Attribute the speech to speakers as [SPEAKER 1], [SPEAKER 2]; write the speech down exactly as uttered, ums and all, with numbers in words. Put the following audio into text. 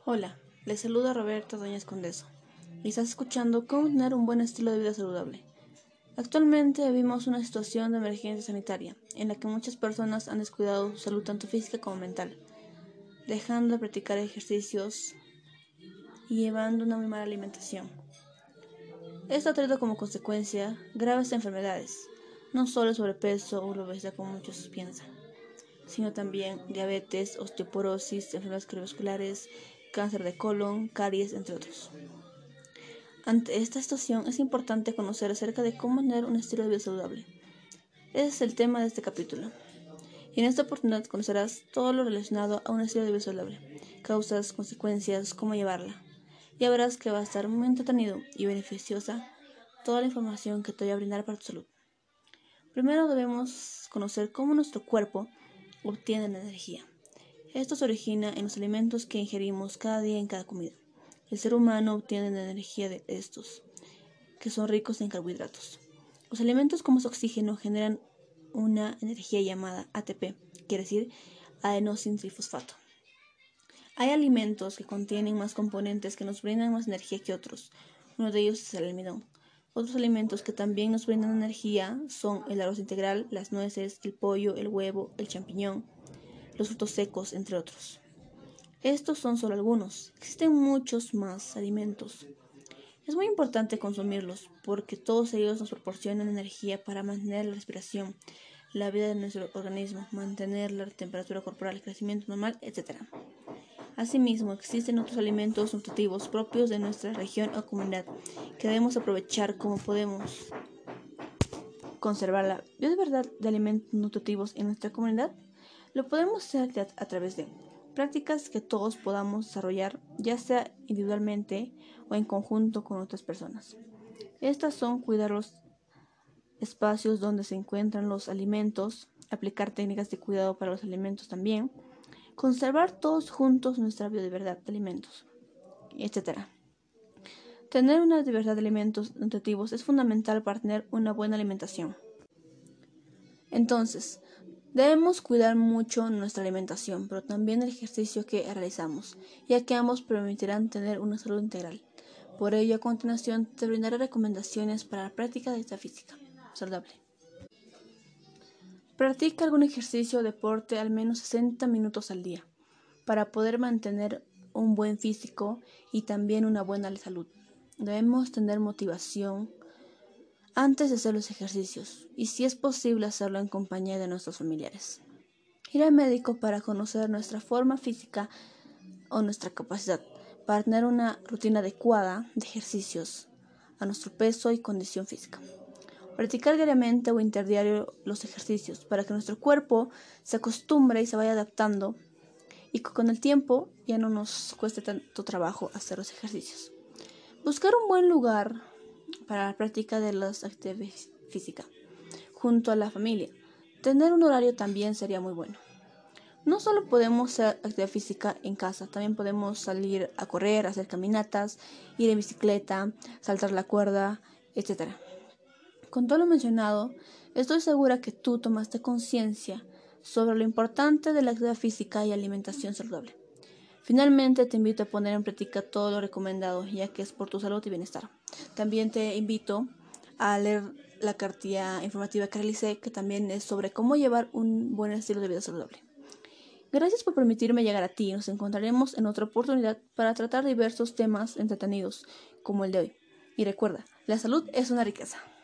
[SPEAKER 1] Hola, les saluda Roberto Doña Condeso y estás escuchando Cómo tener un buen estilo de vida saludable. Actualmente vivimos una situación de emergencia sanitaria en la que muchas personas han descuidado su salud tanto física como mental, dejando de practicar ejercicios y llevando una muy mala alimentación. Esto ha traído como consecuencia graves enfermedades, no solo el sobrepeso o la obesidad como muchos piensan, sino también diabetes, osteoporosis, enfermedades cardiovasculares, cáncer de colon, caries, entre otros. Ante esta situación es importante conocer acerca de cómo tener un estilo de vida saludable. Ese es el tema de este capítulo. Y en esta oportunidad conocerás todo lo relacionado a un estilo de vida saludable, causas, consecuencias, cómo llevarla. Ya verás que va a estar muy entretenido y beneficiosa toda la información que te voy a brindar para tu salud. Primero debemos conocer cómo nuestro cuerpo obtiene la energía. Esto se origina en los alimentos que ingerimos cada día en cada comida. El ser humano obtiene la energía de estos, que son ricos en carbohidratos. Los alimentos como su oxígeno generan una energía llamada A T P, quiere decir adenosintrifosfato. Hay alimentos que contienen más componentes que nos brindan más energía que otros. Uno de ellos es el almidón. Otros alimentos que también nos brindan energía son el arroz integral, las nueces, el pollo, el huevo, el champiñón, los frutos secos, entre otros. Estos son solo algunos. Existen muchos más alimentos. Es muy importante consumirlos porque todos ellos nos proporcionan energía para mantener la respiración, la vida de nuestro organismo, mantener la temperatura corporal, el crecimiento normal, etcétera. Asimismo, existen otros alimentos nutritivos propios de nuestra región o comunidad que debemos aprovechar como podemos conservar la biodiversidad de alimentos nutritivos en nuestra comunidad. Lo podemos hacer a través de prácticas que todos podamos desarrollar, ya sea individualmente o en conjunto con otras personas. Estas son cuidar los espacios donde se encuentran los alimentos, aplicar técnicas de cuidado para los alimentos también, conservar todos juntos nuestra biodiversidad de alimentos, etcétera. Tener una diversidad de alimentos nutritivos es fundamental para tener una buena alimentación. Entonces, debemos cuidar mucho nuestra alimentación, pero también el ejercicio que realizamos, ya que ambos permitirán tener una salud integral. Por ello, a continuación, te brindaré recomendaciones para la práctica de actividad física saludable. Practica algún ejercicio o deporte al menos sesenta minutos al día, para poder mantener un buen físico y también una buena salud. Debemos tener motivación antes de hacer los ejercicios y si es posible hacerlo en compañía de nuestros familiares. Ir al médico para conocer nuestra forma física o nuestra capacidad para tener una rutina adecuada de ejercicios a nuestro peso y condición física. Practicar diariamente o interdiario los ejercicios para que nuestro cuerpo se acostumbre y se vaya adaptando y que con el tiempo ya no nos cueste tanto trabajo hacer los ejercicios. Buscar un buen lugar para la práctica de las actividades físicas junto a la familia. Tener un horario también sería muy bueno. No solo podemos hacer actividad física en casa, también podemos salir a correr, hacer caminatas, ir en bicicleta, saltar la cuerda, etcétera. Con todo lo mencionado, estoy segura que tú tomaste conciencia sobre lo importante de la actividad física y alimentación saludable. Finalmente, te invito a poner en práctica todo lo recomendado, ya que es por tu salud y bienestar. También te invito a leer la cartilla informativa que realicé, que también es sobre cómo llevar un buen estilo de vida saludable. Gracias por permitirme llegar a ti. Nos encontraremos en otra oportunidad para tratar diversos temas entretenidos como el de hoy. Y recuerda, la salud es una riqueza.